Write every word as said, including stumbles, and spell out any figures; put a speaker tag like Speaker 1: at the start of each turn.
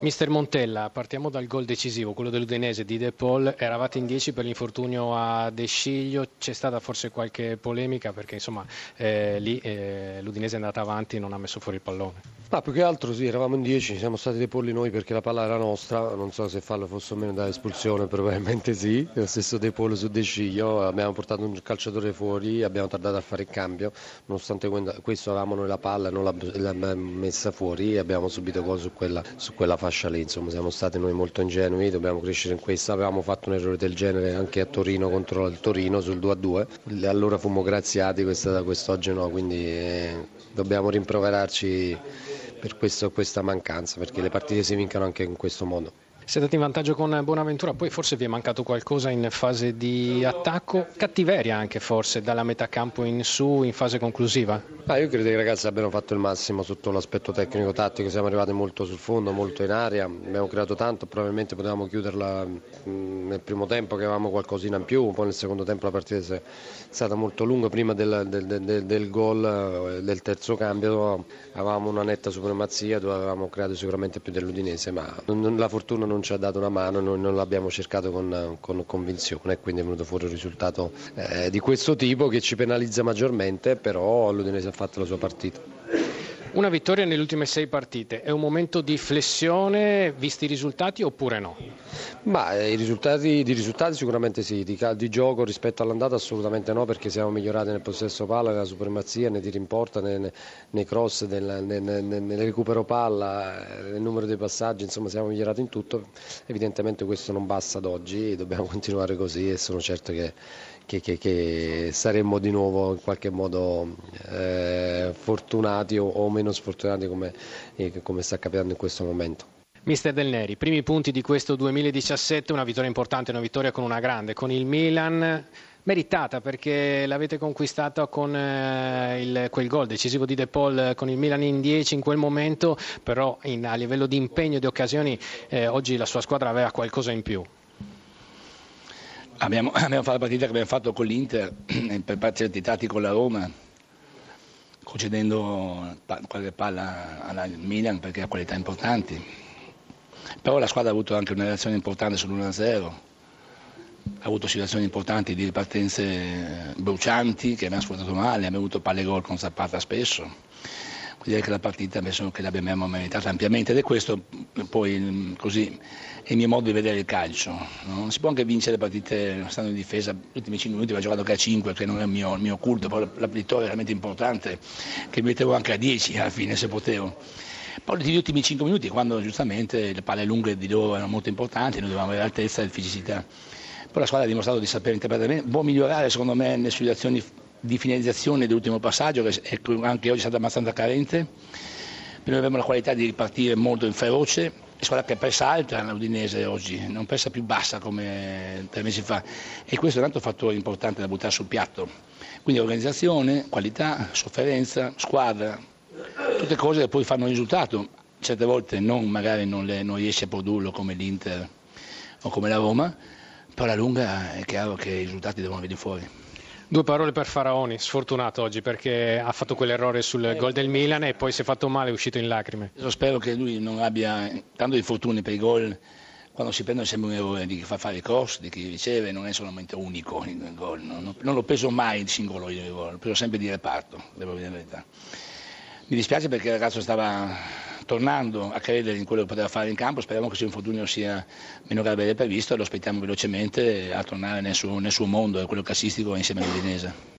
Speaker 1: Mister Montella, partiamo dal gol decisivo, quello dell'Udinese di De Paul. Eravate in dieci per l'infortunio a De Sciglio, c'è stata forse qualche polemica perché insomma eh, lì eh, l'Udinese è andata avanti e non ha messo fuori il pallone.
Speaker 2: Ah, più che altro sì, eravamo in dieci, siamo stati dei polli noi perché la palla era nostra, non so se fallo fosse o meno da espulsione, probabilmente sì, lo stesso De Paul su De Sciglio, abbiamo portato un calciatore fuori, abbiamo tardato a fare il cambio, nonostante questo avevamo noi la palla e non l'abbiamo messa fuori e abbiamo subito gol su quella, su quella fascia lì, insomma siamo stati noi molto ingenui, dobbiamo crescere in questa, avevamo fatto un errore del genere anche a Torino contro il Torino sul due a due, allora fummo graziati, questa, quest'oggi no, quindi eh, dobbiamo rimproverarci per questo, questa mancanza, perché le partite si vincono anche in questo modo.
Speaker 1: Siete andati in vantaggio con Bonaventura, poi forse vi è mancato qualcosa in fase di attacco, cattiveria anche forse dalla metà campo in su in fase conclusiva?
Speaker 2: Ah, io credo che i ragazzi abbiano fatto il massimo sotto l'aspetto tecnico-tattico, siamo arrivati molto sul fondo, molto in aria, abbiamo creato tanto, probabilmente potevamo chiuderla nel primo tempo che avevamo qualcosina in più, poi nel secondo tempo la partita è stata molto lunga, prima del, del, del, del gol, del terzo cambio avevamo una netta supremazia dove avevamo creato sicuramente più dell'Udinese, ma non, la fortuna non ci ha dato una mano, noi non l'abbiamo cercato con, con convinzione e quindi è venuto fuori un risultato eh, di questo tipo che ci penalizza maggiormente, però l'Udinese ha fatto la sua partita.
Speaker 1: Una vittoria nelle ultime sei partite, è un momento di flessione visti i risultati oppure no?
Speaker 2: Ma eh, i risultati, di risultati sicuramente sì, di, di gioco rispetto all'andata assolutamente no, perché siamo migliorati nel possesso palla, nella supremazia, nei tiri in porta, nei, nei cross, nel, nel, nel, nel recupero palla, nel numero dei passaggi, insomma siamo migliorati in tutto, evidentemente questo non basta ad oggi, dobbiamo continuare così e sono certo che, che, che, che saremmo di nuovo in qualche modo eh, fortunati o, o meno sfortunati come, eh, come sta capitando in questo momento.
Speaker 1: Mister Del Neri, primi punti di questo duemiladiciassette, una vittoria importante, una vittoria con una grande, con il Milan, meritata perché l'avete conquistata con eh, il, quel gol decisivo di De Paul con il Milan in dieci in quel momento, però in, a livello di impegno e di occasioni eh, oggi la sua squadra aveva qualcosa in più.
Speaker 3: Abbiamo, abbiamo fatto la partita che abbiamo fatto con l'Inter, per certi tratti con la Roma, concedendo qualche palla al Milan perché ha qualità importanti. Però la squadra ha avuto anche una reazione importante sull'uno a zero, ha avuto situazioni importanti di ripartenze brucianti che abbiamo sfruttato male, abbiamo avuto palle gol con Zapata spesso, quindi direi che la partita penso che l'abbiamo meritata ampiamente ed è questo poi così è il mio modo di vedere il calcio. Non si può anche vincere le partite stando in difesa, gli ultimi cinque minuti abbiamo giocato anche a cinque che non è il mio, il mio culto, però la vittoria è veramente importante che mettevo anche a dieci alla fine se potevo. Poi negli ultimi cinque minuti, quando giustamente le palle lunghe di loro erano molto importanti, noi dovevamo avere altezza e fisicità. Poi la squadra ha dimostrato di saper interpretare bene, può migliorare secondo me nelle sue azioni di finalizzazione dell'ultimo passaggio, che anche oggi è stata abbastanza carente. Noi abbiamo la qualità di ripartire molto in feroce, la squadra che pressa alta l'Udinese oggi, non pressa più bassa come tre mesi fa e questo è un altro fattore importante da buttare sul piatto. Quindi organizzazione, qualità, sofferenza, squadra. Tutte cose che poi fanno risultato, certe volte non, magari non, le, non riesce a produrlo come l'Inter o come la Roma, però alla lunga è chiaro che i risultati devono venire fuori.
Speaker 1: Due parole per Faraoni, sfortunato oggi perché ha fatto quell'errore sul gol del Milan e poi si è fatto male, è uscito in lacrime.
Speaker 3: Io spero che lui non abbia tanto di fortuna per i gol, quando si prendono sembra un errore di chi fa fare i cross, di chi riceve, non è solamente unico il gol, non, non l'ho preso mai il singolo il gol, l'ho preso sempre di reparto, devo dire la verità. Mi dispiace perché il ragazzo stava tornando a credere in quello che poteva fare in campo, speriamo che il suo infortunio sia meno grave del previsto e lo aspettiamo velocemente a tornare nel suo, nel suo mondo, quello calcistico insieme all'Udinese.